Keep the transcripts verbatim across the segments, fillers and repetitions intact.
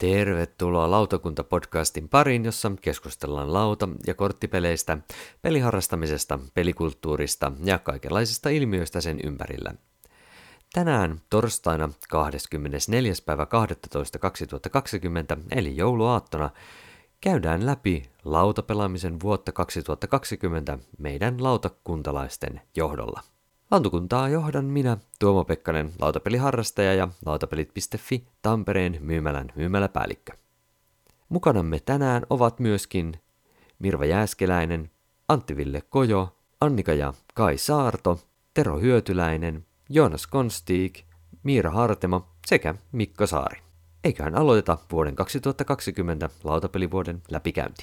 Tervetuloa Lautakunta-podcastin pariin, jossa keskustellaan lauta- ja korttipeleistä, peliharrastamisesta, pelikulttuurista ja kaikenlaisista ilmiöistä sen ympärillä. Tänään torstaina kahdeskymmenesneljäs päivä kahdestoista kaksituhattakaksikymmentä eli jouluaattona käydään läpi lautapelaamisen vuotta kaksituhattakaksikymmentä meidän lautakuntalaisten johdolla. Lautakuntaa johdan minä, Tuomo Pekkanen, lautapeliharrastaja ja lautapelit piste fi Tampereen myymälän myymäläpäällikkö. Mukanamme tänään ovat myöskin Mirva Jääskeläinen, Antti-Ville Kojo, Annika ja Kai Saarto, Tero Hyötyläinen, Joonas Konstiik, Miira Hartema sekä Mikko Saari. Eiköhän aloiteta vuoden kaksituhattakaksikymmentä lautapelivuoden läpikäynti.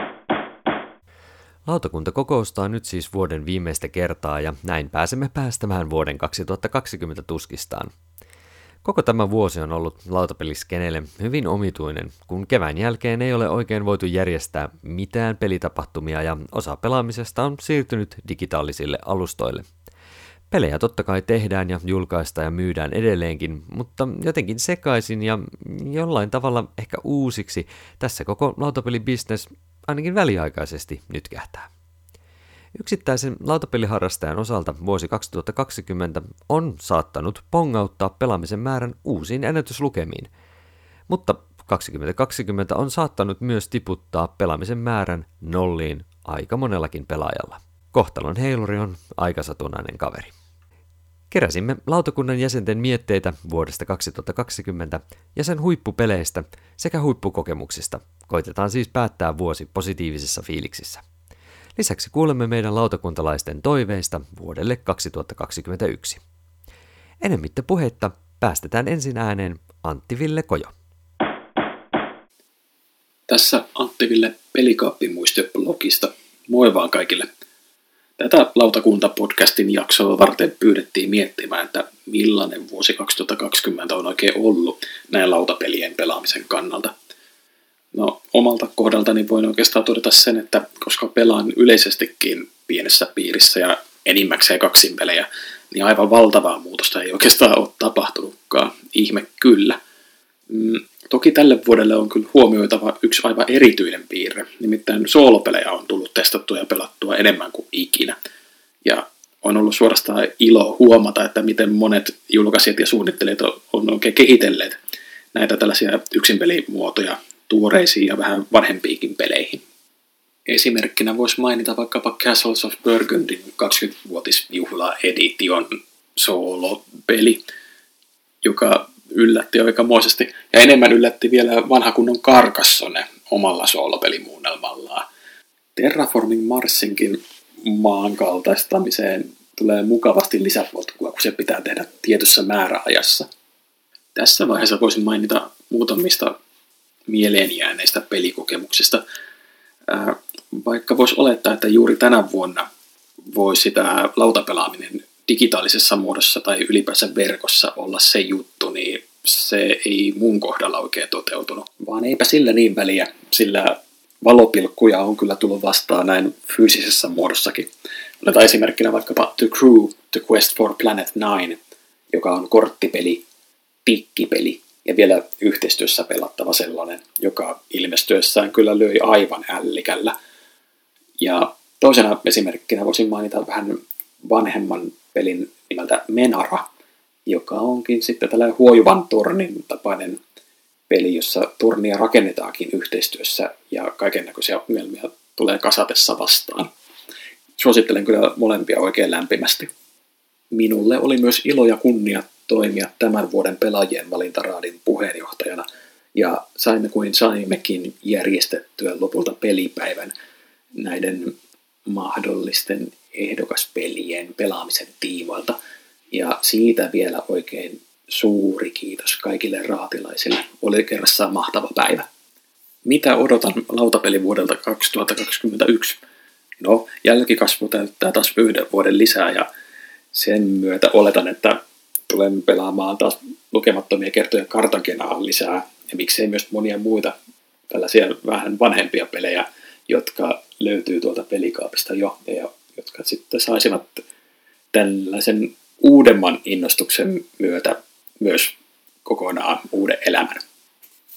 Lautakunta kokoustaa nyt siis vuoden viimeistä kertaa ja näin pääsemme päästämään vuoden kaksituhattakaksikymmentä tuskistaan. Koko tämä vuosi on ollut lautapeliskenelle hyvin omituinen, kun kevään jälkeen ei ole oikein voitu järjestää mitään pelitapahtumia ja osa pelaamisesta on siirtynyt digitaalisille alustoille. Pelejä totta kai tehdään ja julkaistaan ja myydään edelleenkin, mutta jotenkin sekaisin ja jollain tavalla ehkä uusiksi tässä koko lautapelibisnes ainakin väliaikaisesti nytkähtää. Yksittäisen lautapeliharrastajan osalta vuosi kaksituhattakaksikymmentä on saattanut pongauttaa pelaamisen määrän uusiin ennätyslukemiin, mutta kaksituhattakaksikymmentä on saattanut myös tiputtaa pelaamisen määrän nolliin aika monellakin pelaajalla. Kohtalon heiluri on aika satunnainen kaveri. Keräsimme lautakunnan jäsenten mietteitä vuodesta kaksituhattakaksikymmentä ja sen huippupeleistä sekä huippukokemuksista. Koitetaan siis päättää vuosi positiivisissa fiiliksissä. Lisäksi kuulemme meidän lautakuntalaisten toiveista vuodelle kaksituhattakaksikymmentäyksi. Enemmittä puhetta päästetään ensin ääneen Antti-Ville Kojo. Tässä Antti-Ville pelikaappimuistoblogista. Moi vaan kaikille. Tätä Lautakunta-podcastin jaksoa varten pyydettiin miettimään, että millainen vuosi kaksituhattakaksikymmentä on oikein ollut näin lautapelien pelaamisen kannalta. No, omalta kohdaltani voin oikeastaan todeta sen, että koska pelaan yleisestikin pienessä piirissä ja enimmäkseen kaksin pelejä, niin aivan valtavaa muutosta ei oikeastaan ole tapahtunutkaan. Ihme kyllä. Mm, toki tälle vuodelle on kyllä huomioitava yksi aivan erityinen piirre, nimittäin soolopelejä on tullut testattua ja pelattua enemmän kuin ikinä. Ja on ollut suorastaan ilo huomata, että miten monet julkaisijat ja suunnittelijat on oikein kehitelleet näitä tällaisia yksinpelimuotoja tuoreisiin ja vähän vanhempiinkin peleihin. Esimerkkinä voisi mainita vaikkapa Castles of Burgundyn kaksikymmenvuotisjuhla Edition soolopeli, joka yllätti aikamoisesti ja enemmän yllätti vielä vanha kunnon Carcassonne omalla soolopelimuunnelmallaan. Terraforming Marsinkin maan kaltaistamiseen tulee mukavasti lisäpotkua, kun se pitää tehdä tietyssä määräajassa. Tässä vaiheessa voisin mainita muutamista mieleen jääneistä pelikokemuksista. Vaikka voisi olettaa, että juuri tänä vuonna voisi tämä lautapelaaminen digitaalisessa muodossa tai ylipäänsä verkossa olla se juttu, niin se ei mun kohdalla oikein toteutunut. Vaan eipä sillä niin väliä, sillä valopilkkuja on kyllä tullut vastaan näin fyysisessä muodossakin. Otetaan esimerkkinä vaikkapa The Crew, The Quest for Planet Nine, joka on korttipeli, pikkipeli ja vielä yhteistyössä pelattava sellainen, joka ilmestyessään kyllä löi aivan ällikällä. Ja toisena esimerkkinä voisin mainita vähän vanhemman pelin nimeltä Menara, joka onkin sitten tällainen huojuvan tornin tapainen peli, jossa tornia rakennetaankin yhteistyössä ja kaikennäköisiä ongelmia tulee kasatessa vastaan. Suosittelen kyllä molempia oikein lämpimästi. Minulle oli myös ilo ja kunnia toimia tämän vuoden pelaajien valintaraadin puheenjohtajana ja saimme kuin saimmekin järjestettyä lopulta pelipäivän näiden mahdollisten ehdokaspelien pelaamisen tiimoilta. Ja siitä vielä oikein suuri kiitos kaikille raatilaisille. Oli kerrassaan mahtava päivä. Mitä odotan lautapelivuodelta kaksituhattakaksikymmentäyksi? No, jälkikasvu täyttää taas yhden vuoden lisää ja sen myötä oletan, että tulen pelaamaan taas lukemattomia kertoja Cartagenaa lisää ja miksei myös monia muita tällaisia vähän vanhempia pelejä, jotka löytyy tuolta pelikaapista jo ja jotka sitten saisivat tällaisen uudemman innostuksen myötä myös kokonaan uuden elämän.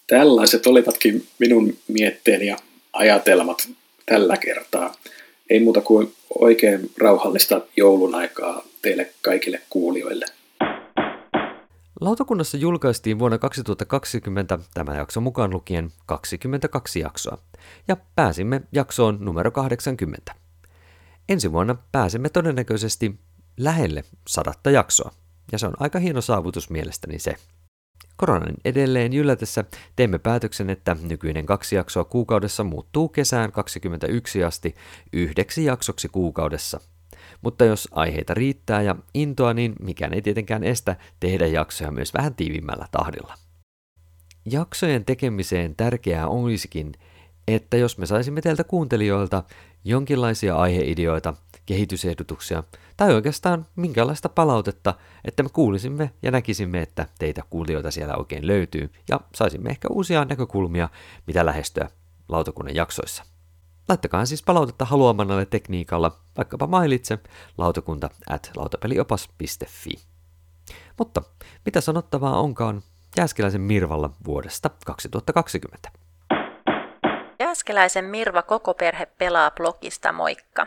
Tällaiset olivatkin minun mietteeni ja ajatelmat tällä kertaa. Ei muuta kuin oikein rauhallista joulun aikaa teille kaikille kuulijoille. Lautakunnassa julkaistiin vuonna kaksituhattakaksikymmentä tämän jakson mukaan lukien kaksikymmentäkaksi jaksoa, ja pääsimme jaksoon numero kahdeksankymmentä. Ensi vuonna pääsemme todennäköisesti lähelle sadatta jaksoa, ja se on aika hieno saavutus mielestäni se. Koronan edelleen jyllätessä teimme päätöksen, että nykyinen kaksi jaksoa kuukaudessa muuttuu kesään kaksikymmentäyksi asti yhdeksi jaksoksi kuukaudessa. Mutta jos aiheita riittää ja intoa, niin mikään ei tietenkään estä tehdä jaksoja myös vähän tiivimmällä tahdilla. Jaksojen tekemiseen tärkeää olisikin, että jos me saisimme teiltä kuuntelijoilta jonkinlaisia aiheideoita, kehitysehdotuksia tai oikeastaan minkälaista palautetta, että me kuulisimme ja näkisimme, että teitä kuulijoita siellä oikein löytyy ja saisimme ehkä uusia näkökulmia, mitä lähestyä lautakunnan jaksoissa. Laittakaa siis palautetta haluamannalle tekniikalla, vaikkapa mailitse lautakunta at lautapeliopas piste fi. Mutta mitä sanottavaa onkaan Jääskeläisen Mirvalla vuodesta kaksituhattakaksikymmentä? Jääskeläisen Mirva koko perhe pelaa blogista, moikka!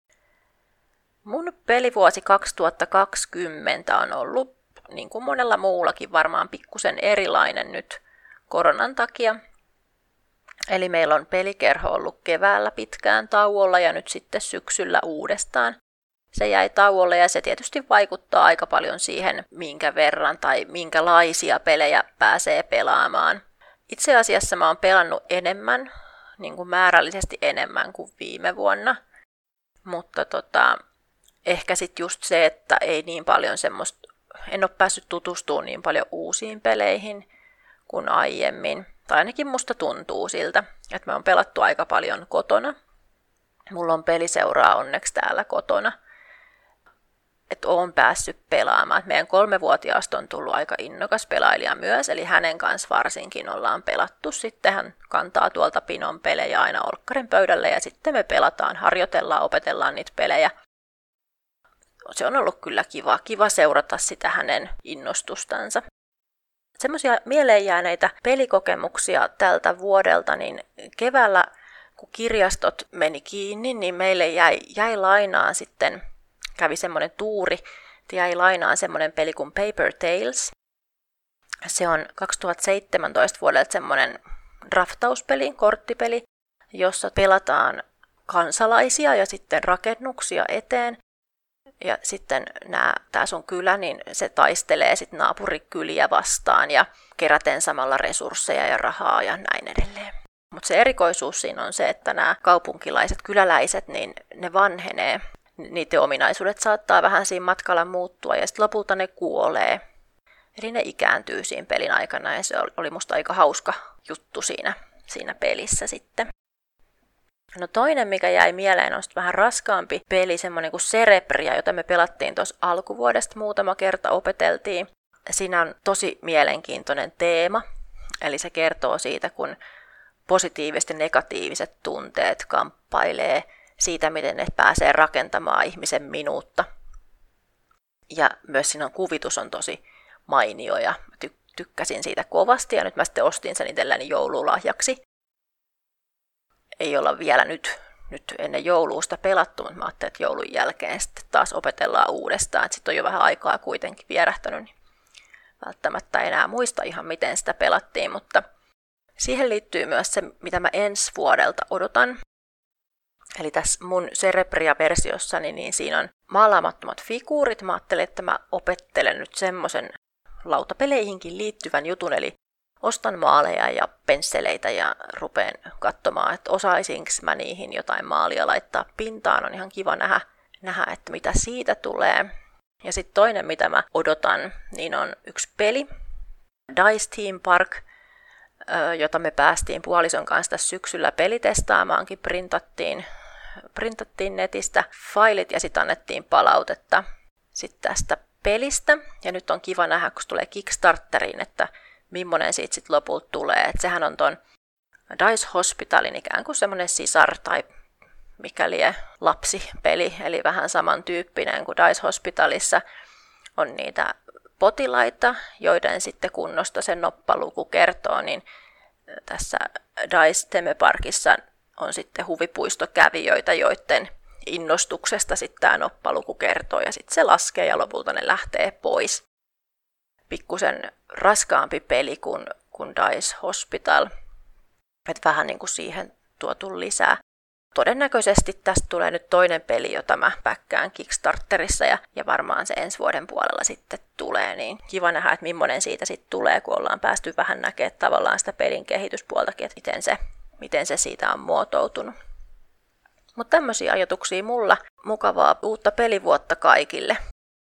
Mun pelivuosi kaksituhattakaksikymmentä on ollut, niin kuin monella muullakin, varmaan pikkusen erilainen nyt koronan takia. Eli meillä on pelikerho ollut keväällä pitkään tauolla ja nyt sitten syksyllä uudestaan. Se jäi tauolle ja se tietysti vaikuttaa aika paljon siihen, minkä verran tai minkälaisia pelejä pääsee pelaamaan. Itse asiassa mä oon pelannut enemmän, niin kuin määrällisesti enemmän kuin viime vuonna. Mutta tota, ehkä sitten just se, että ei niin paljon semmoista, en ole päässyt tutustumaan niin paljon uusiin peleihin kuin aiemmin. Tai ainakin musta tuntuu siltä, että me on pelattu aika paljon kotona. Mulla on peliseuraa onneksi täällä kotona. Että oon päässyt pelaamaan. Meidän kolmevuotiaasta on tullut aika innokas pelailija myös, eli hänen kanssa varsinkin ollaan pelattu. Sitten hän kantaa tuolta pinon pelejä aina olkkarin pöydälle ja sitten me pelataan, harjoitellaan, opetellaan niitä pelejä. Se on ollut kyllä kiva, kiva seurata sitä hänen innostustansa. Semmoisia mieleenjääneitä pelikokemuksia tältä vuodelta, niin keväällä kun kirjastot meni kiinni, niin meille jäi, jäi lainaan sitten, kävi semmoinen tuuri, että jäi lainaan semmoinen peli kuin Paper Tales. Se on kaksituhattaseitsemäntoista vuodelta semmoinen draftauspeli, korttipeli, jossa pelataan kansalaisia ja sitten rakennuksia eteen. Ja sitten tämä sun kylä, niin se taistelee sitten naapurikyliä vastaan ja keräten samalla resursseja ja rahaa ja näin edelleen. Mutta se erikoisuus siinä on se, että nämä kaupunkilaiset, kyläläiset, niin ne vanhenee. Niiden ominaisuudet saattaa vähän siinä matkalla muuttua ja sitten lopulta ne kuolee. Eli ne ikääntyy siinä pelin aikana ja se oli musta aika hauska juttu siinä, siinä pelissä sitten. No toinen, mikä jäi mieleen, on vähän raskaampi peli, semmoinen kuin Cerebria, jota me pelattiin tuossa alkuvuodesta muutama kerta, opeteltiin. Siinä on tosi mielenkiintoinen teema, eli se kertoo siitä, kun positiiviset ja negatiiviset tunteet kamppailee siitä, miten ne pääsee rakentamaan ihmisen minuutta. Ja myös siinä on kuvitus on tosi mainio ja ty- tykkäsin siitä kovasti ja nyt mä sitten ostin sen itselläni joululahjaksi. Ei olla vielä nyt, nyt ennen jouluusta pelattu, mutta mä ajattelin, että joulun jälkeen sitten taas opetellaan uudestaan. Sitten on jo vähän aikaa kuitenkin vierähtänyt, niin välttämättä enää muista ihan miten sitä pelattiin, mutta siihen liittyy myös se, mitä mä ensi vuodelta odotan. Eli tässä mun Cerebria-versiossani, niin siinä on maalaamattomat figuurit. Mä ajattelin, että mä opettelen nyt semmoisen lautapeleihinkin liittyvän jutun, eli ostan maaleja ja pensseleitä ja rupean katsomaan, että osaisinko mä niihin jotain maalia laittaa pintaan. On ihan kiva nähdä, nähdä että mitä siitä tulee. Ja sitten toinen, mitä mä odotan, niin on yksi peli, Dice Theme Park, jota me päästiin puolison kanssa tässä syksyllä pelitestaamaankin, printattiin, printattiin netistä failit ja sitten annettiin palautetta sitten tästä pelistä. Ja nyt on kiva nähdä, kun se tulee Kickstarteriin, että millainen siitä sitten lopulta tulee. Et sehän on ton Dice Hospitalin ikään kuin semmoinen sisar tai mikäli lapsipeli, eli vähän samantyyppinen kuin Dice Hospitalissa on niitä potilaita, joiden sitten kunnosta se noppaluku kertoo, niin tässä Dice Theme Parkissa on sitten huvipuistokävijöitä, joiden innostuksesta sitten tämä noppaluku kertoo ja sitten se laskee ja lopulta ne lähtee pois. Pikkusen raskaampi peli kuin, kuin Dice Hospital, että vähän niin kuin siihen tuotu lisää. Todennäköisesti tästä tulee nyt toinen peli, jota mä päkkään Kickstarterissa ja, ja varmaan se ensi vuoden puolella sitten tulee. Niin kiva nähdä, että millainen siitä sitten tulee, kun ollaan päästy vähän näkemään tavallaan sitä pelin kehityspuoltakin, että miten se, miten se siitä on muotoutunut. Mutta tämmöisiä ajatuksia mulla. Mukavaa uutta pelivuotta kaikille.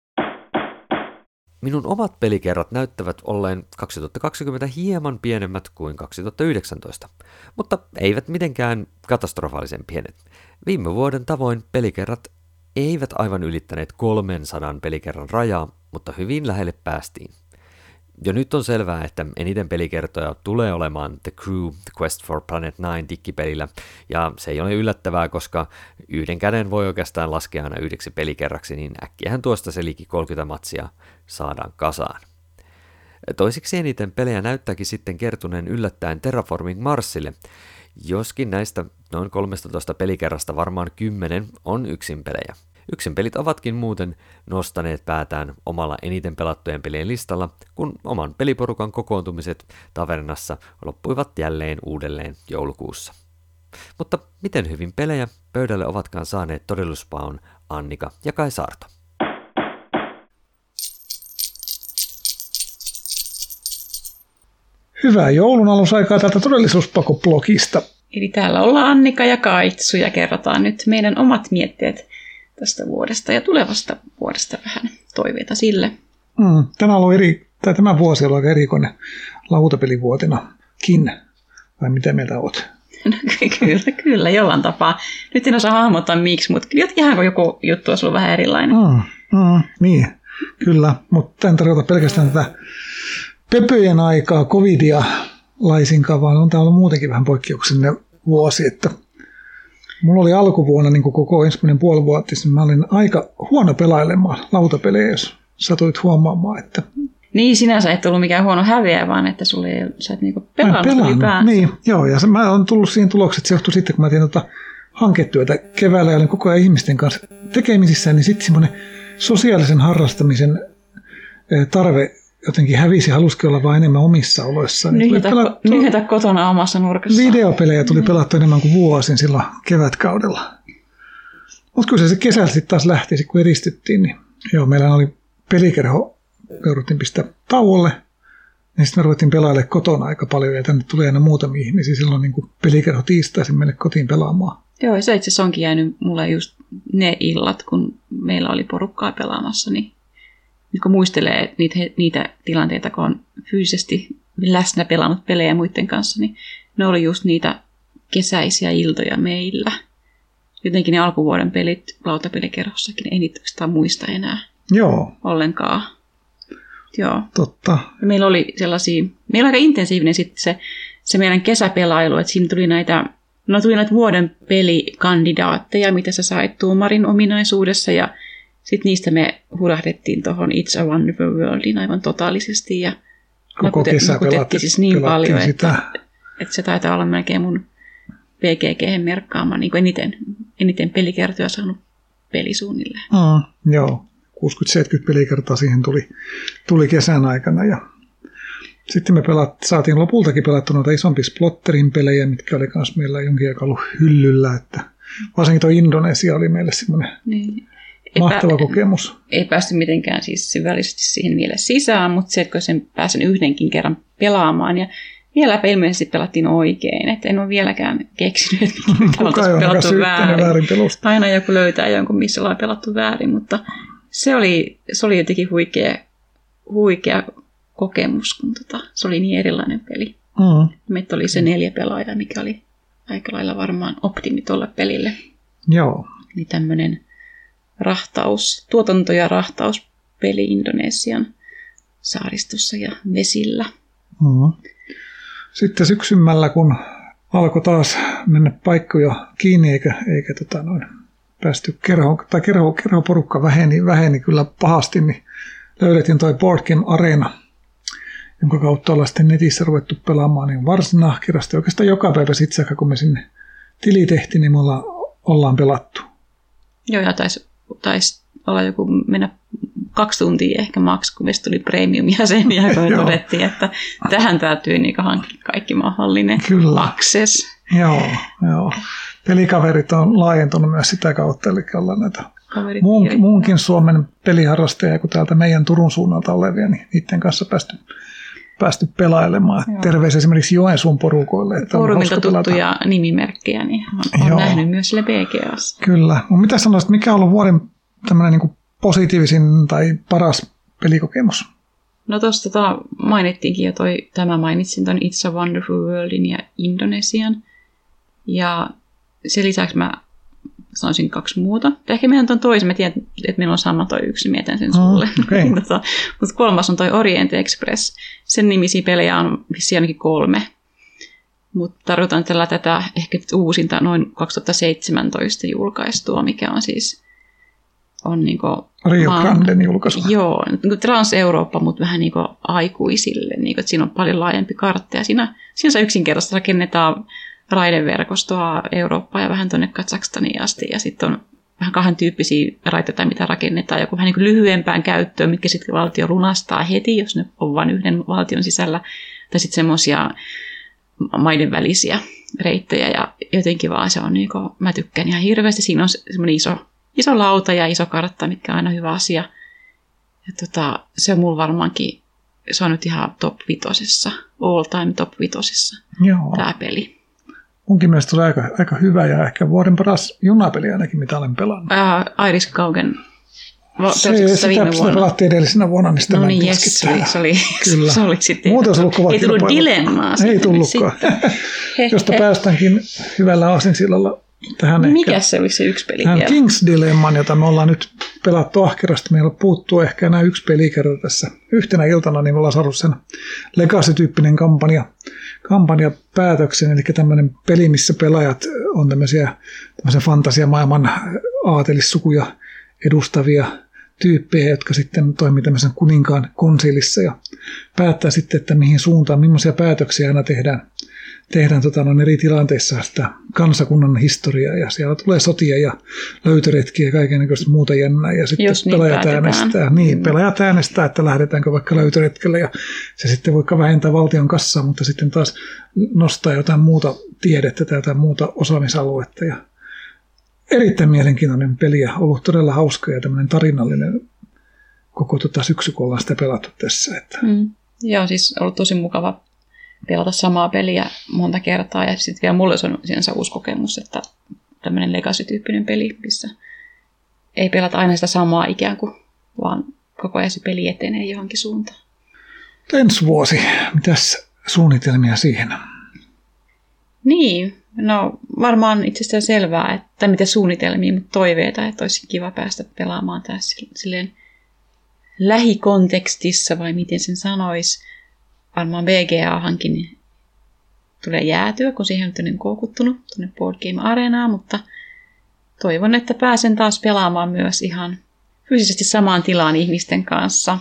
Minun omat pelikerrat näyttävät olleen kaksituhattakaksikymmentä hieman pienemmät kuin kaksituhattayhdeksäntoista, mutta eivät mitenkään katastrofaalisen pienet. Viime vuoden tavoin pelikerrat eivät aivan ylittäneet kolmensadan pelikerran rajaa, mutta hyvin lähelle päästiin. Jo nyt on selvää, että eniten pelikertoja tulee olemaan The Crew, The Quest for Planet Nine dikkipelillä, ja se ei ole yllättävää, koska yhden käden voi oikeastaan laskea aina yhdeksi pelikerraksi, niin äkkiähän tuosta se liki kolmekymmentä matsia saadaan kasaan. Toisiksi eniten pelejä näyttääkin sitten kertuneen yllättäen Terraforming Marsille, joskin näistä noin kolmetoista pelikerrasta varmaan kymmenen on yksin pelejä. Yksin pelit ovatkin muuten nostaneet päätään omalla eniten pelattujen pelien listalla, kun oman peliporukan kokoontumiset tavernassa loppuivat jälleen uudelleen joulukuussa. Mutta miten hyvin pelejä pöydälle ovatkaan saaneet Todelluspaon Annika ja Kai Saarto? Hyvää joulun alusaikaa täältä Todellisuuspako-blogista. Eli täällä ollaan Annika ja Kaitsu ja kerrotaan nyt meidän omat mietteet tästä vuodesta ja tulevasta vuodesta vähän toiveita sille. Mm, tämä, on ollut eri, tai tämä vuosi on ollut aika erikoinen lautapelivuotinakin. Vai mitä mieltä olet? No, kyllä, kyllä, jollain tapaa. Nyt en osaa hahmottaa miksi, mutta ihan joku juttu olisi ollut vähän erilainen. Mm, mm, niin, kyllä. Mutta en tarkoita pelkästään tätä pöpöjen aikaa, covidia laisinkaan, vaan on tämä ollut muutenkin vähän poikkeuksellinen vuosi, että mulla oli alkuvuonna niin koko ensimmäinen puoli vuotta, niin mä olin aika huono pelailemaan lautapelejä, jos satuit huomaamaan, että niin, sinänsä et ollut mikään huono häviä, vaan että sulla ei, sä et niinku pelannut ylipäänsä. Niin, joo, ja se, mä olen tullut siihen tulokseen, että se johtui sitten, kun mä tein tota hanketyötä keväällä ja olin koko ajan ihmisten kanssa tekemisissä, niin sitten semmoinen sosiaalisen harrastamisen tarve jotenkin hävisi, halusikin olla vain enemmän omissa oloissaan. Nyhjätä, pelattu, nyhjätä kotona omassa nurkassa. Videopelejä tuli pelattu enemmän kuin vuosin silloin kevätkaudella. Mutta kyllä se, se kesällä sitten taas lähti, kun eristyttiin. Niin joo, meillä oli pelikerho, jouduttiin pistää tauolle. Niin sitten me ruvettiin pelailemaan kotona aika paljon ja tänne tuli aina muutamia ihmisiä. Silloin niin pelikerho tiistaisin meille kotiin pelaamaan. Joo, se itse asiassa onkin jäänyt mulle just ne illat, kun meillä oli porukkaa pelaamassa, niin nyt kun muistelee niitä, niitä tilanteita, kun on fyysisesti läsnä pelannut pelejä muiden kanssa, niin ne oli just niitä kesäisiä iltoja meillä. Jotenkin ne alkuvuoden pelit lautapelikerhossakin, ei niitä muista enää Joo. ollenkaan. Joo. Totta. Ja meillä oli sellaisia, meillä oli aika intensiivinen sitten se, se meidän kesäpelailu, että siinä tuli näitä, no tuli näitä vuoden pelikandidaatteja, mitä sä sait tuomarin ominaisuudessa, ja sitten niistä me hurahdettiin tuohon It's a Wonderful Worldiin aivan totaalisesti. Ja koko kesä pelattiin siis niin paljon, sitä. Että, että se taitaa olla melkein mun P G G-merkkaama niin eniten, eniten pelikertoja saanut pelisuunnilleen. Mm, joo, kuusikymmentä seitsemänkymmentä pelikertaa siihen tuli, tuli kesän aikana. Ja sitten me pelat, saatiin lopultakin pelattua noita isompia Splotterin pelejä, mitkä oli myös meillä jonkin aikaa ollut hyllyllä. Että varsinkin tuo Indonesia oli meille semmoinen niin. Mahtava kokemus. Ei päästy mitenkään siis syvällisesti siihen vielä sisään, mutta se, että sen pääsen yhdenkin kerran pelaamaan ja vieläpä ilmeisesti pelattiin oikein, että en ole vieläkään keksinyt, että kuka on pelattu väärin. väärin pelusta. Aina joku löytää jonkun, missä ollaan pelattu väärin, mutta se oli, se oli jotenkin huikea, huikea kokemus, kun tota, se oli niin erilainen peli. Mm. Meitä oli se neljä pelaajaa, mikä oli aika lailla varmaan optimi tuolle pelille. Joo. Niin tämmöinen rahtaus, tuotanto- ja rahtauspeli Indonesian saaristossa ja vesillä. Mm. Sitten syksymällä, kun alkoi taas mennä paikkoja kiinni, eikä, eikä tota noin, päästy kerho, tai kerho, kerhoporukka väheni, väheni kyllä pahasti, niin löydettiin toi Board Game Arena, jonka kautta ollaan sitten netissä ruvettu pelaamaan niin varsin ahkerasti. Oikeastaan joka päivä sitten, kun me sinne tili tehtiin, niin me ollaan, ollaan pelattu. Joo, ja taisi tais olla joku mennä kaksi tuntia ehkä maks, kun meistä tuli premium-jäseniä, kun me todettiin, että tähän täytyy niin hankkia kaikki mahdollinen Kyllä. access. Joo, joo. Pelikaverit on laajentunut myös sitä kautta, eli ollaan näitä muun, muunkin Suomen peliharrastajia kuin täältä meidän Turun suunnalta olevia, niin niiden kanssa päästy, päästy pelailemaan. Terveisiä esimerkiksi Joensuun porukoille. Että Foorumilta tuttuja nimimerkkejä, niin on, on nähnyt myös sille B G A:ssa. Kyllä. Mitä sanoisit, mikä on ollut vuoden tämmöinen niin kuin positiivisin tai paras pelikokemus? No tuossa tota, mainittiinkin jo toi, tämä mainitsin tuon It's a Wonderful Worldin ja Indonesian. Ja sen lisäksi mä sanoisin kaksi muuta. Ehkä meidän on toisen, mä tiedän, että meillä on sama toi yksi, mietän sen sulle. Mm, okay. tota, mutta kolmas on toi Orient Express. Sen nimisiä pelejä on vissiin ainakin kolme. Mutta tarkoitan tällä tätä ehkä uusinta noin kaksituhattaseitsemäntoista julkaistua, mikä on siis on niinku Rio Granden julkaisu. Joo, niinku Trans-Eurooppa, mutta vähän niinku aikuisille. Niinku, siinä on paljon laajempi kartta ja siinä, siinä yksinkertaisesti rakennetaan raideverkostoa Eurooppaan ja vähän tuonne Kazakstaniin asti. Ja sitten on vähän kahden tyyppisiä raiteita, mitä rakennetaan. Joku vähän niin kuin lyhyempään käyttöön, mitkä sitten valtio lunastaa heti, jos ne on vain yhden valtion sisällä. Tai sitten semmoisia maiden välisiä reittejä. Ja jotenkin vaan se on, niin kuin, mä tykkään ihan hirveästi. Siinä on semmoinen iso, iso lauta ja iso kartta, mikä on aina hyvä asia. Ja tota, se on mulla varmaankin, se on nyt ihan top vitosessa, all time top vitosessa, tämä peli. Munkin mielestä oli aika, aika hyvä ja ehkä vuoden paras junapeli ainakin, mitä olen pelannut. Ää, Iris Kaugen. Se, sitä, sitä pelattiin edellisenä vuonna, niin sitä no niin, yes, se oli, se oli, Kyllä. Se oli sitten. Muuten olisi ollut kova ei tullut dilemmaa. Ei tullutkaan. Josta päästäänkin hyvällä aasinsillalla tähän. Mikä ehkä, se oli se yksi peli vielä? King's Dilemman, jota me ollaan nyt pelattu ahkerasti. Meillä puuttuu ehkä enää yksi pelikerta tässä. Yhtenä iltana niin me ollaan saanut sen Legacy-tyyppinen kampanja, kampanja päätöksen. Eli tämmöinen peli, missä pelaajat on tämmöisiä fantasiamaailman aatelissukuja edustavia tyyppejä, jotka sitten toimii tämmöisen kuninkaan konsilissa ja päättää sitten, että mihin suuntaan, millaisia päätöksiä aina tehdään, tehdään tota, no, eri tilanteissa sitä kansakunnan historiaa ja siellä tulee sotia ja löytöretkiä ja kaikennäköistä muuta jännää ja sitten Jos pelaajat niin äänestää. Niin, pelaajat äänestää, että lähdetäänkö vaikka löytöretkelle ja se sitten vaikka vähentää valtion kassaa, mutta sitten taas nostaa jotain muuta tiedettä tai jotain muuta osaamisaluetta ja erittäin mielenkiintoinen peli ja ollut todella hauska ja tämmöinen tarinallinen koko tota syksy, kun ollaan sitä pelattu tässä. Että. Mm. Joo, siis ollut tosi mukava pelata samaa peliä monta kertaa ja sitten vielä mulle on sinänsä uusi kokemus, että tämmöinen legacy-tyyppinen peli, missä ei pelata aina sitä samaa ikään kuin, vaan koko ajan se peli etenee johonkin suuntaan. Ensi vuosi, mitäs suunnitelmia siihen? Niin, no varmaan itsestään selvää, että mitä suunnitelmia, mutta toiveita, että olisi kiva päästä pelaamaan tässä silleen lähikontekstissa, vai miten sen sanoisi. Varmaan B G A-hankin tulee jäätyä, kun siihen on koukuttunut tuonne Board Game Arenaan, mutta toivon, että pääsen taas pelaamaan myös ihan fyysisesti samaan tilaan ihmisten kanssa.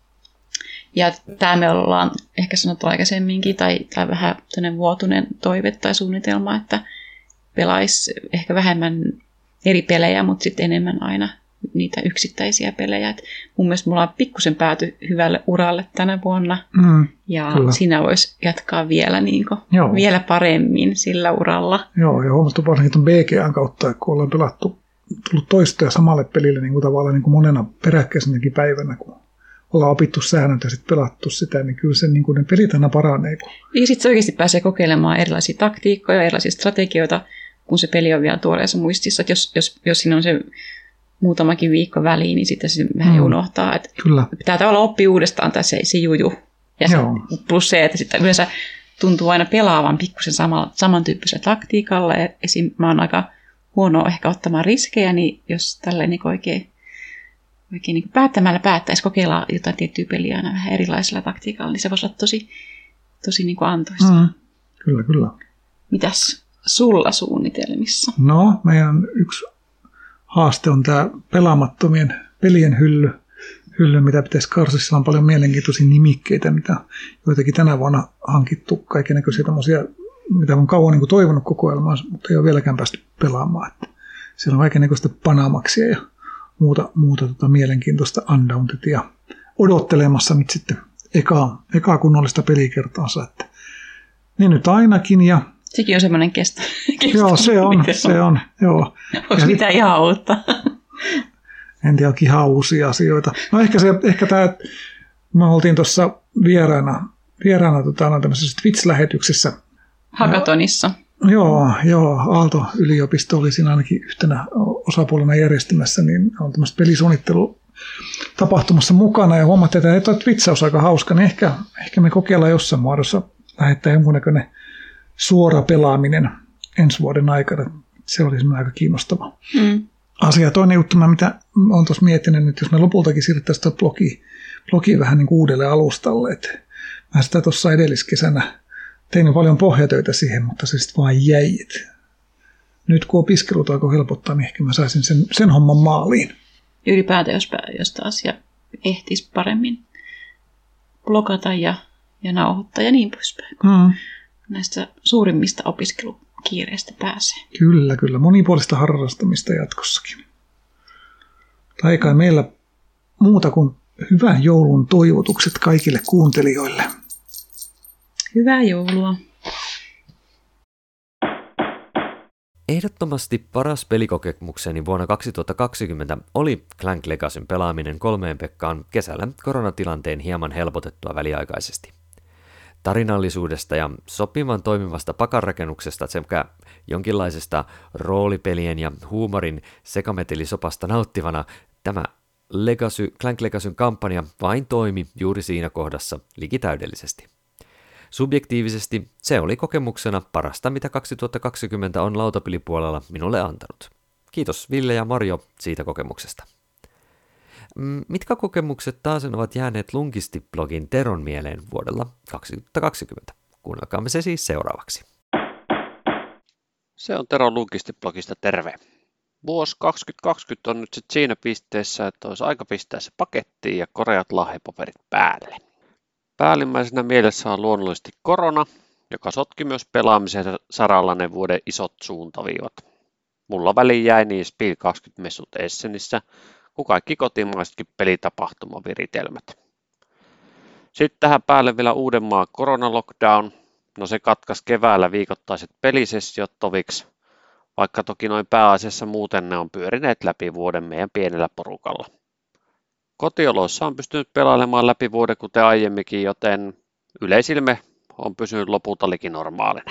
Ja tämä me ollaan ehkä sanottu aikaisemminkin, tai, tai vähän tämmöinen vuotuinen toive tai suunnitelma, että pelaisi ehkä vähemmän eri pelejä, mutta sitten enemmän aina niitä yksittäisiä pelejä. Et mun mielestä mulla on pikkusen pääty hyvälle uralle tänä vuonna, mm, ja kyllä. Siinä voisi jatkaa vielä, niin kuin, vielä paremmin sillä uralla. Joo, ja huomattu varsinkin tuon B G A:n kautta, kun ollaan pelattu, tullut toistoja samalle pelille niin kuin tavallaan niin kuin monena peräkkäisenäkin päivänä, kun ollaan opittu säännöt ja sitten pelattu sitä, niin kyllä se, niin kuin ne pelit aina paranee. Ja sitten se oikeasti pääsee kokeilemaan erilaisia taktiikkoja, erilaisia strategioita, kun se peli on vielä tuoreessa muistissa. Että jos, jos, jos siinä on se muutamakin viikko väliin, niin sitten se vähän mm. unohtaa. Että kyllä. Pitää tavallaan oppia uudestaan tai se, se juju. Ja se, plus se, että sitten yleensä tuntuu aina pelaavan pikkusen samalla, samantyyppisellä taktiikalla. Ja esim. Mä oon aika huono ehkä ottamaan riskejä, niin jos tälleen niin oikein Oikein niin päättämällä päättäisi kokeilla jotain tiettyä peliä aina vähän erilaisella taktiikalla, niin se voisi olla tosi, tosi niin kuin antoista. Mm, kyllä, kyllä. Mitäs sulla suunnitelmissa? No, meidän yksi haaste on tämä pelaamattomien pelien hylly. hyllyn, mitä pitäisi karsia. Siellä on paljon mielenkiintoisia nimikkeitä, mitä joitakin tänä vuonna hankittu. Kaikennäköisiä tämmöisiä, mitä on kauan niin kuin toivonut kokoelmaa, mutta ei ole vieläkään päästy pelaamaan. Että siellä on kaikennäköistä Panamaksia ja muuta, muuta tota mielenkiintoista Undauntedia odottelemassa nyt sitten ekaa, ekaa kunnollista pelikertaansa. Että ne nyt ainakin. Ja sekin on semmoinen kesto. kesto joo, se on. Se on joo. Onko mitään ihan uutta? En tiedä, onkin ihan uusia asioita. No ehkä, se, ehkä tämä, me oltiin tuossa vieraana, vieraana tota, tämmöisessä Twitch-lähetyksessä. Hackathonissa. Joo, joo, Aalto-yliopisto oli siinä ainakin yhtenä osapuolena järjestämässä, niin on tämmöistä pelisuunnittelutapahtumassa mukana, ja huomattiin, että tuo Twitch olisi aika hauska, niin ehkä, ehkä me kokeillaan jossain muodossa lähettää jonkunnäköinen suora pelaaminen ensi vuoden aikana. Se oli semmoinen aika kiinnostava mm. asia. Toinen juttu, mitä olen tuossa miettinyt, että jos me lopultakin siirrettäisiin tuo blogi, blogi vähän niin kuin uudelle alustalle, että mä sitä tuossa edelliskesänä tein paljon pohjatöitä siihen, mutta se sitten vaan jäi. Nyt kun opiskelut alkoi helpottaa, niin ehkä mä saisin sen, sen homman maaliin. Ylipäätään, jos, jos asia ehtisi paremmin blogata ja, ja nauhoittaa ja niin poispäin. Mm. Näistä suurimmista opiskelukiireistä pääsee. Kyllä, kyllä. Monipuolista harrastamista jatkossakin. Tai kai meillä muuta kuin hyvän joulun toivotukset kaikille kuuntelijoille. Hyvää joulua. Ehdottomasti paras pelikokemukseni vuonna kaksituhattakaksikymmentä oli Clank Legacyn pelaaminen kolmeen Pekkaan kesällä koronatilanteen hieman helpotettua väliaikaisesti. Tarinallisuudesta ja sopivan toimivasta pakanrakennuksesta sekä jonkinlaisesta roolipelien ja huumorin sekametelisopasta nauttivana tämä Legacy, Clank Legacyn kampanja vain toimi juuri siinä kohdassa likitäydellisesti. Subjektiivisesti se oli kokemuksena parasta, mitä kaksituhattakaksikymmentä on lautapelipuolella minulle antanut. Kiitos Ville ja Marjo siitä kokemuksesta. Mitkä kokemukset taas ovat jääneet Lunkisti-blogin Teron mieleen vuodella kaksituhattakaksikymmentä? Kuunnelkaamme se siis seuraavaksi. Se on Tero Lunkisti-blogista, terve. Vuosi kaksituhattakaksikymmentä on nyt sit siinä pisteessä, että olisi aika pistää se pakettiin ja koreat lahjapaperit päälle. Päällimmäisenä mielessä on luonnollisesti korona, joka sotki myös pelaamisen saralla ne vuoden isot suuntaviivat. Mulla väliin jäi niin Spiel kaksikymmentä-messut Essenissä, kuin kaikki kotimaisetkin pelitapahtumaviritelmät. Sitten tähän päälle vielä Uudenmaan koronalockdown. No se katkaisi keväällä viikoittaiset pelisessiot toviksi, vaikka toki noin pääasiassa muuten ne on pyörineet läpi vuoden meidän pienellä porukalla. Kotioloissa on pystynyt pelailemaan läpi vuoden kuten aiemminkin, joten yleisilme on pysynyt lopulta likinormaalina.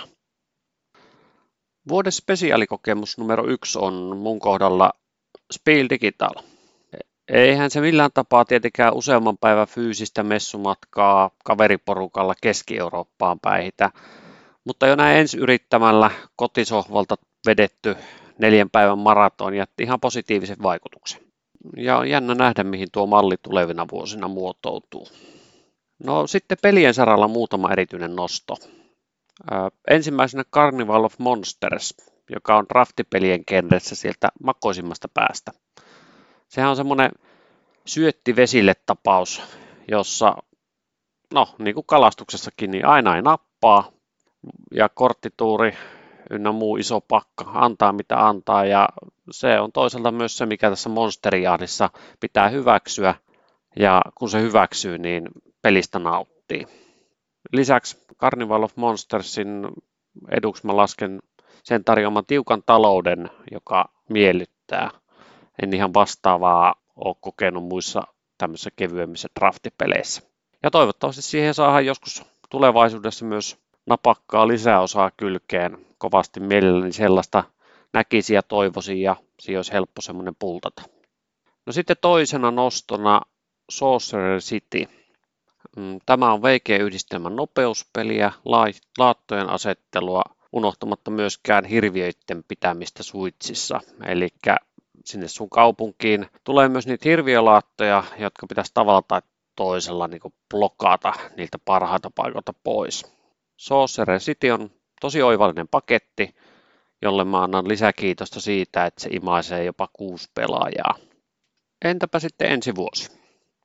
Vuoden spesiaalikokemus numero yksi on mun kohdalla Spiel Digital. Eihän se millään tapaa tietenkään useamman päivän fyysistä messumatkaa kaveriporukalla Keski-Eurooppaan päihitä, mutta jo näin ensi yrittämällä kotisohvalta vedetty neljän päivän maraton jätti ihan positiivisen vaikutuksen. Ja on jännä nähdä, mihin tuo malli tulevina vuosina muotoutuu. No sitten pelien saralla muutama erityinen nosto. Ö, ensimmäisenä Carnival of Monsters, joka on draftipelien genressä sieltä makoisimmasta päästä. Sehän on semmoinen syötti vesille tapaus, jossa, no niin kuin kalastuksessakin, niin aina ei nappaa ja korttituuri ynnä muu iso pakka antaa mitä antaa, ja se on toisaalta myös se, mikä tässä Monsteriahdissa pitää hyväksyä, ja kun se hyväksyy, niin pelistä nauttii. Lisäksi Carnival of Monstersin eduksi mä lasken sen tarjoaman tiukan talouden, joka miellyttää. En ihan vastaavaa ole kokenut muissa tämmöisissä kevyemmissä draftipeleissä. Ja toivottavasti siihen saadaan joskus tulevaisuudessa myös napakkaa lisäosaa kylkeen. Kovasti mielelläni sellaista näkisi ja toivoisin, ja siinä olisi helppo semmoinen pultata. No sitten toisena nostona Sorcerer City. Tämä on veikeä yhdistelmän nopeuspeliä, laattojen asettelua, unohtamatta myöskään hirviöiden pitämistä suitsissa. Eli sinne sun kaupunkiin tulee myös niitä hirviölaattoja, jotka pitäisi tavalla tai toisella niin kuin blokata niiltä parhaita paikoilta pois. Sorcerer City on tosi oivallinen paketti, jolle mä annan lisäkiitosta siitä, että se imaisee jopa kuusi pelaajaa. Entäpä sitten ensi vuosi?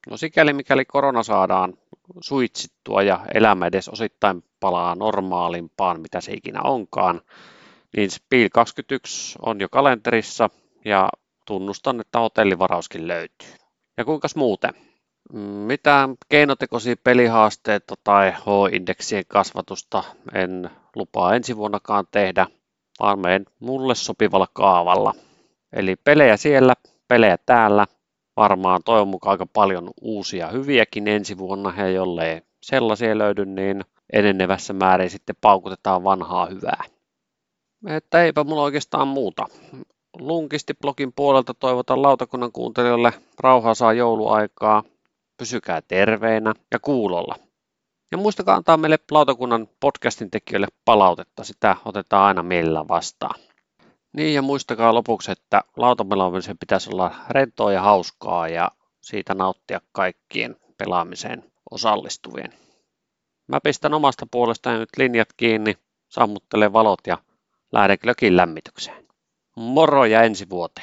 No sikäli mikäli korona saadaan suitsittua ja elämä edes osittain palaa normaalimpaan, mitä se ikinä onkaan, niin Spiel kaksikymmentäyksi on jo kalenterissa ja tunnustan, että hotellivarauskin löytyy. Ja kuinkas muuten? Mitään keinotekoisia pelihaasteita tai H-indeksien kasvatusta en lupaa ensi vuonnakaan tehdä, vaan menen mulle sopivalla kaavalla. Eli pelejä siellä, pelejä täällä. Varmaan toivon mukaan aika paljon uusia hyviäkin ensi vuonna, ja jollei sellaisia löydy, niin enenevässä määrin sitten paukutetaan vanhaa hyvää. Että eipä mulla oikeastaan muuta. Lunkisti-blogin puolelta toivotan lautakunnan kuuntelijoille rauhaisaa jouluaikaa, pysykää terveinä ja kuulolla. Ja muistakaa antaa meille lautakunnan podcastin tekijöille palautetta, sitä otetaan aina mielellään vastaan. Niin ja muistakaa lopuksi, että lautapelaamisen pitäisi olla rentoa ja hauskaa ja siitä nauttia kaikkien pelaamiseen osallistuvien. Mä pistän omasta puolestani nyt linjat kiinni, sammuttelen valot ja lähden glökin lämmitykseen. Moro ja ensi vuoteen!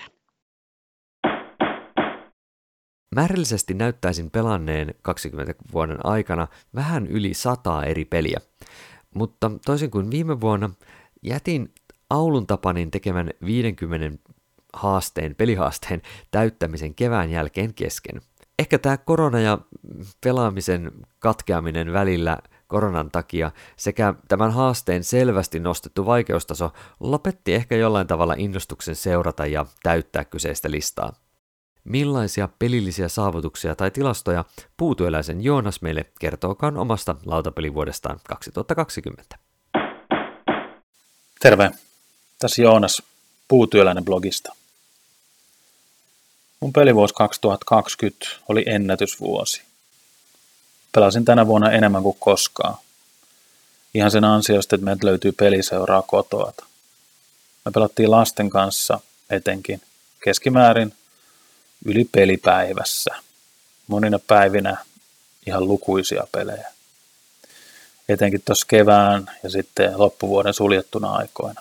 Määrällisesti näyttäisin pelanneen kaksikymmentä vuoden aikana vähän yli sataa eri peliä, mutta toisin kuin viime vuonna jätin Aulun Tapanin tekemän viidenkymmenen haasteen, pelihaasteen täyttämisen kevään jälkeen kesken. Ehkä tämä korona ja pelaamisen katkeaminen välillä koronan takia sekä tämän haasteen selvästi nostettu vaikeustaso lopetti ehkä jollain tavalla innostuksen seurata ja täyttää kyseistä listaa. Millaisia pelillisiä saavutuksia tai tilastoja puutyöläisen Joonas meille kertookaan omasta lautapelivuodestaan kaksituhattakaksikymmentä. Terve, tässä Joonas Puutyöläinen blogista. Mun pelivuosi kaksituhattakaksikymmentä oli ennätysvuosi. Pelasin tänä vuonna enemmän kuin koskaan. Ihan sen ansiosta, että meiltä löytyy peliseuraa kotoa. Me pelattiin lasten kanssa etenkin keskimäärin yli pelipäivässä. Monina päivinä ihan lukuisia pelejä. Etenkin tuossa kevään ja sitten loppuvuoden suljettuna aikoina.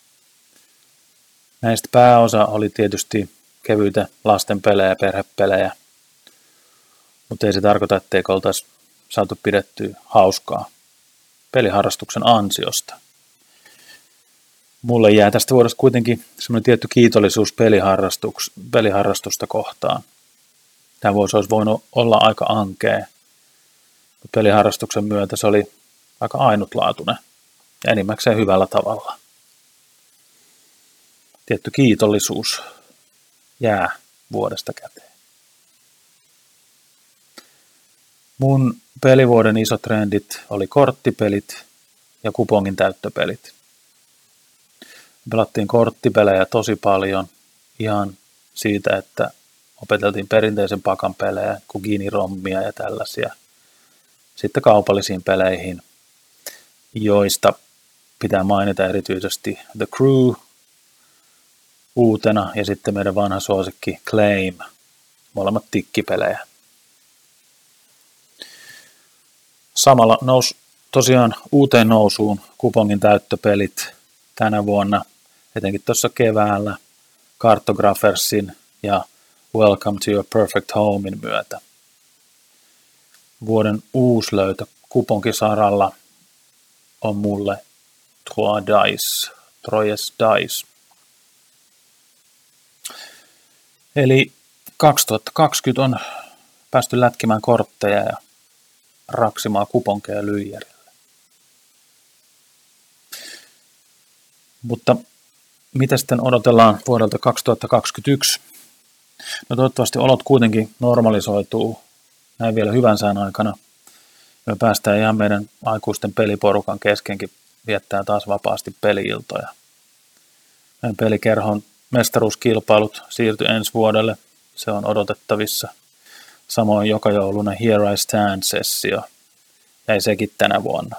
Näistä pääosa oli tietysti kevyitä lasten pelejä, perhepelejä, mutta ei se tarkoita, etteikö oltaisi saatu pidettyä hauskaa peliharrastuksen ansiosta. Mulle jää tästä vuodesta kuitenkin semmoinen tietty kiitollisuus peliharrastusta kohtaan. Tämä vuosi olisi voinut olla aika ankea, mutta peliharrastuksen myötä se oli aika ainutlaatuinen ja enimmäkseen hyvällä tavalla. Tietty kiitollisuus jää vuodesta käteen. Mun pelivuoden isot trendit oli korttipelit ja kupongin täyttöpelit. Pelattiin korttipelejä tosi paljon ihan siitä, että opeteltiin perinteisen pakan pelejä, Gini-rommia ja tällaisia. Sitten kaupallisiin peleihin, joista pitää mainita erityisesti The Crew uutena ja sitten meidän vanha suosikki Claim, molemmat tikkipelejä. Samalla nousi tosiaan uuteen nousuun kupongin täyttöpelit tänä vuonna, etenkin tuossa keväällä Cartographersin ja Welcome to Your Perfect Homein myötä. Vuoden uusi löytö kuponkisaralla on mulle Trois Dice, Troyes Dice. Eli kaksituhattakaksikymmentä on päästy lätkimään kortteja ja raksimaan kuponkeja lyijärille. Mutta mitä sitten odotellaan vuodelta kaksituhattakaksikymmentäyksi? No toivottavasti olot kuitenkin normalisoituu näin vielä hyvän sään aikana. Me päästään ihan meidän aikuisten peliporukan keskenkin viettää taas vapaasti peli-iltoja. Meidän pelikerhon mestaruuskilpailut siirtyi ensi vuodelle. Se on odotettavissa. Samoin joka jouluna Here I Stand-sessio jäi sekin tänä vuonna.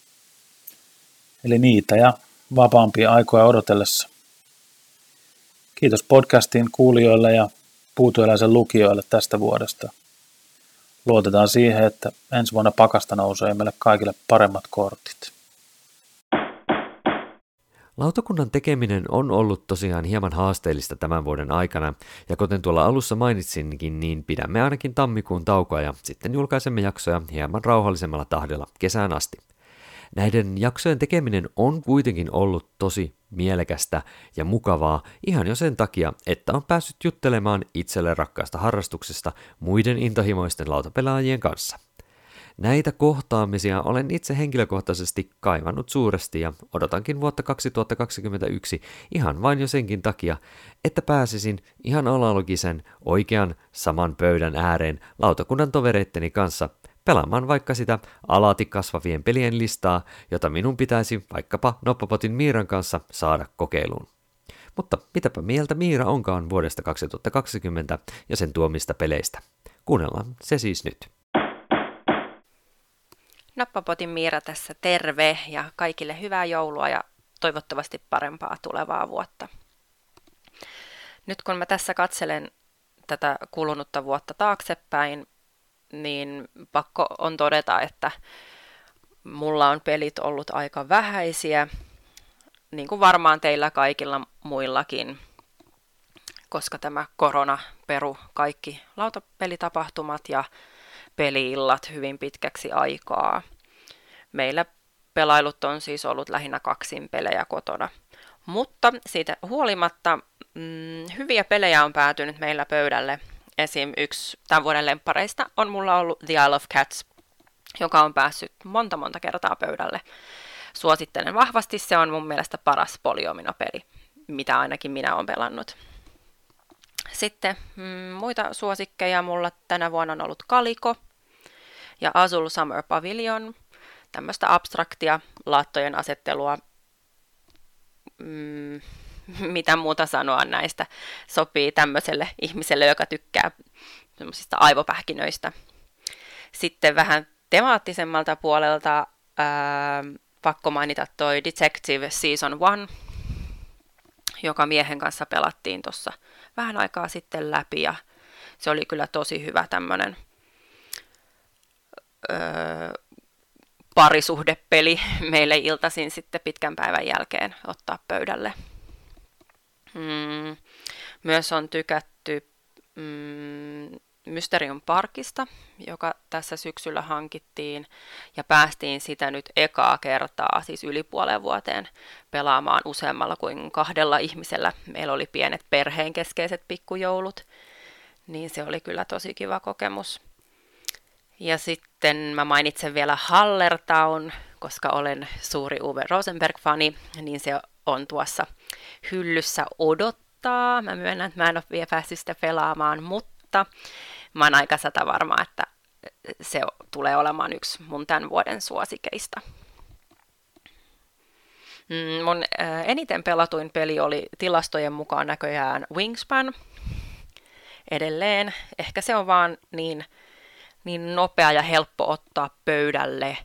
Eli niitä ja vapaampia aikoja odotellessa. Kiitos podcastin kuulijoille ja puutyöläisen lukijoille tästä vuodesta. Luotetaan siihen, että ensi vuonna pakasta nousee meille kaikille paremmat kortit. Lautakunnan tekeminen on ollut tosiaan hieman haasteellista tämän vuoden aikana, ja kuten tuolla alussa mainitsinkin, niin pidämme ainakin tammikuun taukoa ja sitten julkaisemme jaksoja hieman rauhallisemmalla tahdilla kesään asti. Näiden jaksojen tekeminen on kuitenkin ollut tosi mielekästä ja mukavaa ihan jo sen takia, että on päässyt juttelemaan itselle rakkaasta harrastuksesta muiden intohimoisten lautapelaajien kanssa. Näitä kohtaamisia olen itse henkilökohtaisesti kaivannut suuresti ja odotankin vuotta kaksituhattakaksikymmentäyksi ihan vain jo senkin takia, että pääsisin ihan analogisen oikean saman pöydän ääreen lautakunnan tovereitteni kanssa pelaamaan vaikka sitä alati kasvavien pelien listaa, jota minun pitäisi vaikkapa Noppapotin Miiran kanssa saada kokeiluun. Mutta mitäpä mieltä Miira onkaan vuodesta kaksituhattakaksikymmentä ja sen tuomista peleistä? Kuunnellaan se siis nyt. Noppapotin Miira tässä terve ja kaikille hyvää joulua ja toivottavasti parempaa tulevaa vuotta. Nyt kun mä tässä katselen tätä kulunutta vuotta taaksepäin, niin pakko on todeta, että mulla on pelit ollut aika vähäisiä, niin kuin varmaan teillä kaikilla muillakin, koska tämä korona peru kaikki lautapelitapahtumat ja peli-illat hyvin pitkäksi aikaa. Meillä pelailut on siis ollut lähinnä kaksin pelejä kotona, mutta siitä huolimatta mm, hyviä pelejä on päätynyt meillä pöydälle. Esim. Yksi tämän vuoden lemppareista on mulla ollut The Isle of Cats, joka on päässyt monta monta kertaa pöydälle. Suosittelen vahvasti, se on mun mielestä paras polyominopeli, mitä ainakin minä olen pelannut. Sitten mm, muita suosikkeja mulla tänä vuonna on ollut Kaliko ja Azul Summer Pavilion, tämmöistä abstraktia laattojen asettelua. Mm, mitä muuta sanoa näistä, sopii tämmöiselle ihmiselle, joka tykkää semmoisista aivopähkinöistä. Sitten vähän temaattisemmalta puolelta ää, pakko mainita toi Detective Season yksi, joka miehen kanssa pelattiin tuossa vähän aikaa sitten läpi, ja se oli kyllä tosi hyvä tämmöinen öö, parisuhdepeli meille iltaisin sitten pitkän päivän jälkeen ottaa pöydälle. Mm, myös on tykätty mm, Mysterium Parkista, joka tässä syksyllä hankittiin, ja päästiin sitä nyt ekaa kertaa, siis yli puoleen vuoteen, pelaamaan useammalla kuin kahdella ihmisellä. Meillä oli pienet perheen keskeiset pikkujoulut, niin se oli kyllä tosi kiva kokemus. Ja sitten mä mainitsen vielä Hallertown, koska olen suuri Uwe Rosenberg-fani, niin se on tuossa hyllyssä odottaa. Mä myönnän, että mä en ole vielä päässyt sitä pelaamaan, mutta mä oon aika sata varma, että se tulee olemaan yksi mun tämän vuoden suosikeista. Mun eniten pelatuin peli oli tilastojen mukaan näköjään Wingspan. Edelleen. Ehkä se on vaan niin, niin nopea ja helppo ottaa pöydälle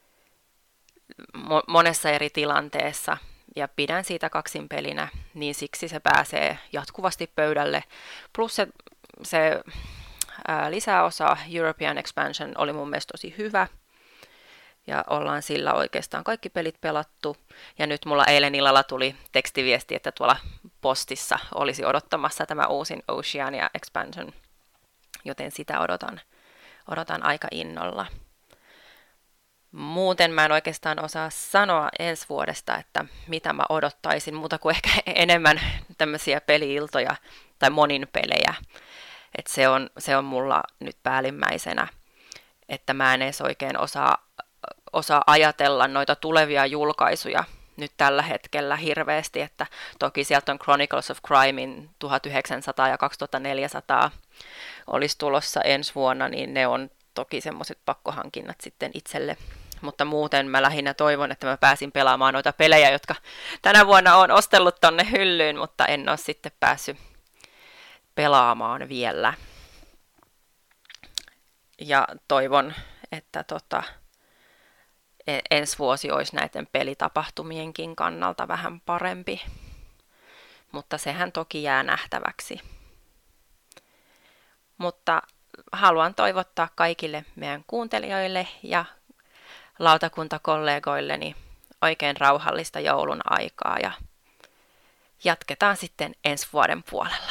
monessa eri tilanteessa. Ja pidän siitä kaksin pelinä, niin siksi se pääsee jatkuvasti pöydälle. Plus se, se ää, lisäosa European Expansion oli mun mielestä tosi hyvä. Ja ollaan sillä oikeastaan kaikki pelit pelattu. Ja nyt mulla eilen illalla tuli tekstiviesti, että tuolla postissa olisi odottamassa tämä uusin Oceania Expansion. Joten sitä odotan, odotan aika innolla. Muuten mä en oikeastaan osaa sanoa ensi vuodesta, että mitä mä odottaisin, muuta kuin ehkä enemmän tämmöisiä peli-iltoja tai monin pelejä. Et se on, se on mulla nyt päällimmäisenä, että mä en edes oikein osaa, osaa ajatella noita tulevia julkaisuja nyt tällä hetkellä hirveästi, että toki sieltä on Chronicles of Crimein tuhatyhdeksänsataa ja kaksituhattaneljäsataa olisi tulossa ensi vuonna, niin ne on toki semmoiset pakkohankinnat sitten itselle. Mutta muuten mä lähinnä toivon, että mä pääsin pelaamaan noita pelejä, jotka tänä vuonna on ostellut tonne hyllyyn, mutta en ole sitten päässyt pelaamaan vielä. Ja toivon, että tota, ensi vuosi olisi näiden pelitapahtumienkin kannalta vähän parempi. Mutta sehän toki jää nähtäväksi. Mutta haluan toivottaa kaikille meidän kuuntelijoille ja lautakuntakollegoilleni oikein rauhallista joulun aikaa ja jatketaan sitten ensi vuoden puolella.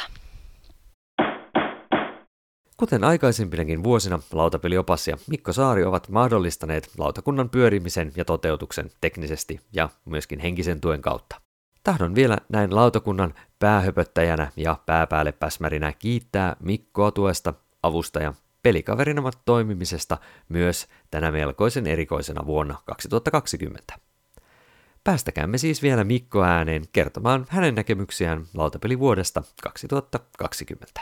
Kuten aikaisempinakin vuosina, lautapeliopas ja Mikko Saari ovat mahdollistaneet lautakunnan pyörimisen ja toteutuksen teknisesti ja myöskin henkisen tuen kautta. Tahdon vielä näin lautakunnan päähöpöttäjänä ja pääpäälle päsmärinä kiittää Mikkoa tuesta, avusta ja pelikaverina toimimisesta myös tänä melkoisen erikoisena vuonna kaksituhattakaksikymmentä. Päästäkäämme siis vielä Mikko ääneen kertomaan hänen näkemyksiään lautapelivuodesta kaksituhattakaksikymmentä.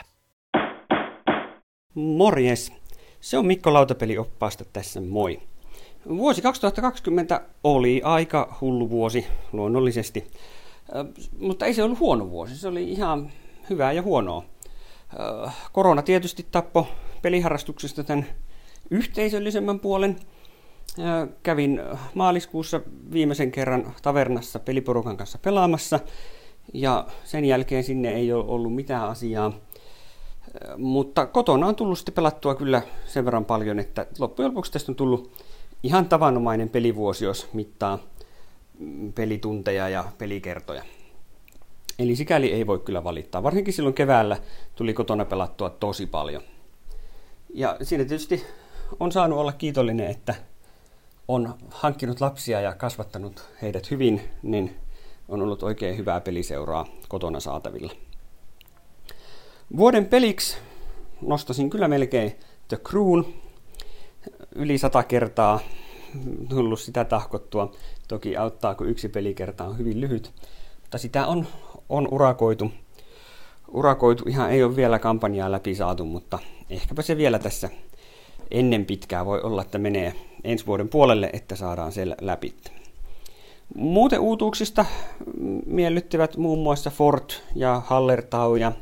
Morjes! Se on Mikko lautapelioppaasta tässä, moi! Vuosi kaksituhattakaksikymmentä oli aika hullu vuosi luonnollisesti, mutta ei se ollut huono vuosi, se oli ihan hyvää ja huonoa. Korona tietysti tappoi peliharrastuksesta tämän yhteisöllisemmän puolen. Kävin maaliskuussa viimeisen kerran tavernassa peliporukan kanssa pelaamassa ja sen jälkeen sinne ei ole ollut mitään asiaa. Mutta kotona on tullut sitten pelattua kyllä sen verran paljon, että loppujen lopuksi tästä on tullut ihan tavanomainen pelivuosi, jos mittaa pelitunteja ja pelikertoja. Eli sikäli ei voi kyllä valittaa. Varsinkin silloin keväällä tuli kotona pelattua tosi paljon. Ja siinä tietysti on saanut olla kiitollinen, että on hankkinut lapsia ja kasvattanut heidät hyvin, niin on ollut oikein hyvää peliseuraa kotona saatavilla. Vuoden peliksi nostasin kyllä melkein The Crewn. Yli sata kertaa tullut sitä tahkottua. Toki auttaa, kun yksi pelikerta on hyvin lyhyt. Mutta sitä on, on urakoitu. Urakoitu ihan ei ole vielä kampanjaa läpi saatu, mutta ehkäpä se vielä tässä ennen pitkää voi olla, että menee ensi vuoden puolelle, että saadaan se läpi. Muuten uutuuksista miellyttivät muun muassa Fort ja Hallertau ja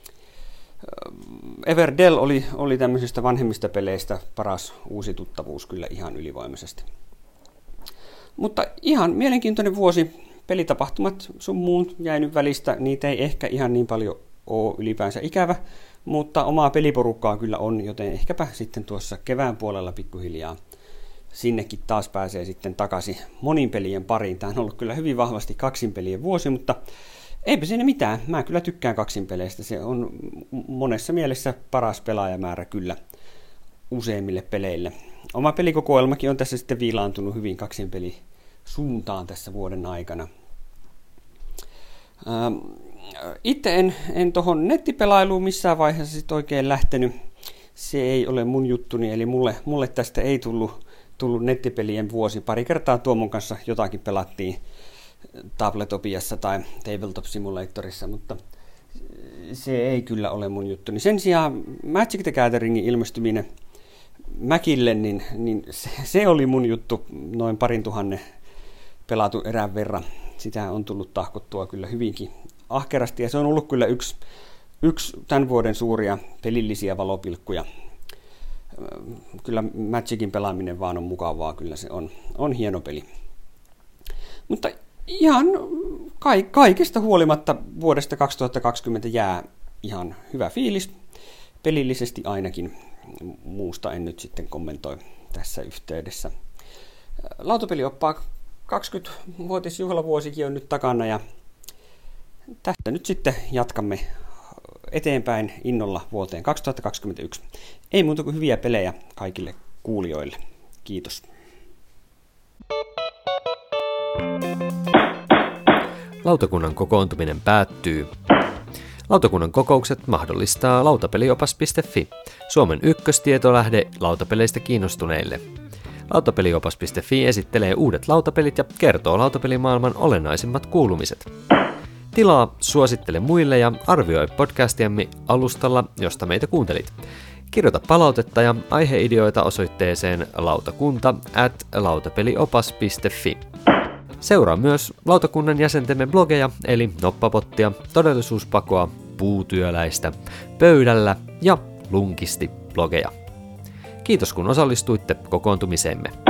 Everdell oli, oli tämmöisistä vanhemmista peleistä paras uusi tuttavuus kyllä ihan ylivoimaisesti. Mutta ihan mielenkiintoinen vuosi. Pelitapahtumat sun muun jäi nyt välistä. Niitä ei ehkä ihan niin paljon ole ylipäänsä ikävä, mutta omaa peliporukkaa kyllä on, joten ehkäpä sitten tuossa kevään puolella pikkuhiljaa sinnekin taas pääsee sitten takaisin monin pelien pariin. Tämä on ollut kyllä hyvin vahvasti kaksinpelien vuosi, mutta eipä siinä mitään. Mä kyllä tykkään kaksinpeleistä. Se on monessa mielessä paras pelaajamäärä kyllä useimmille peleille. Oma pelikokoelmakin on tässä sitten viilaantunut hyvin kaksinpeli suuntaan tässä vuoden aikana. Ähm, itse en, en tuohon nettipelailuun missään vaiheessa sit oikein lähtenyt. Se ei ole mun juttuni, eli mulle, mulle tästä ei tullut, tullut nettipelien vuosi. Pari kertaa Tuomon kanssa jotakin pelattiin Tabletopiassa tai Tabletop Simulatorissa, mutta se ei kyllä ole mun juttuni. Sen sijaan Magic the Gatheringin ilmestyminen Mäkille, niin, niin se, se oli mun juttu noin parin tuhannen pelatun erän verran. Sitä on tullut tahkottua kyllä hyvinkin ahkerasti ja se on ollut kyllä yksi, yksi tämän vuoden suuria pelillisiä valopilkkuja. Kyllä Magicin pelaaminen vaan on mukavaa, kyllä se on, on hieno peli. Mutta ihan kaikesta huolimatta vuodesta kaksituhattakaksikymmentä jää ihan hyvä fiilis, pelillisesti ainakin. Muusta en nyt sitten kommentoi tässä yhteydessä. Lautapelioppaa kaksikymmenvuotisjuhlavuosikin on nyt takana ja tästä nyt sitten jatkamme eteenpäin innolla vuoteen kaksituhattakaksikymmentäyksi. Ei muuta kuin hyviä pelejä kaikille kuulijoille. Kiitos. Lautakunnan kokoontuminen päättyy. Lautakunnan kokoukset mahdollistaa lautapeliopas piste fi, Suomen ykköstietolähde lautapeleistä kiinnostuneille. Lautapeliopas piste fi esittelee uudet lautapelit ja kertoo lautapelimaailman olennaisimmat kuulumiset. Tilaa, suosittele muille ja arvioi podcastiamme alustalla, josta meitä kuuntelit. Kirjoita palautetta ja aiheideoita osoitteeseen lautakunta at lautapeliopas piste fi. Seuraa myös lautakunnan jäsentemme blogeja, eli Noppapottia, Todellisuuspakoa, Puutyöläistä, Pöydällä ja Lunkisti blogeja. Kiitos kun osallistuitte kokoontumiseemme.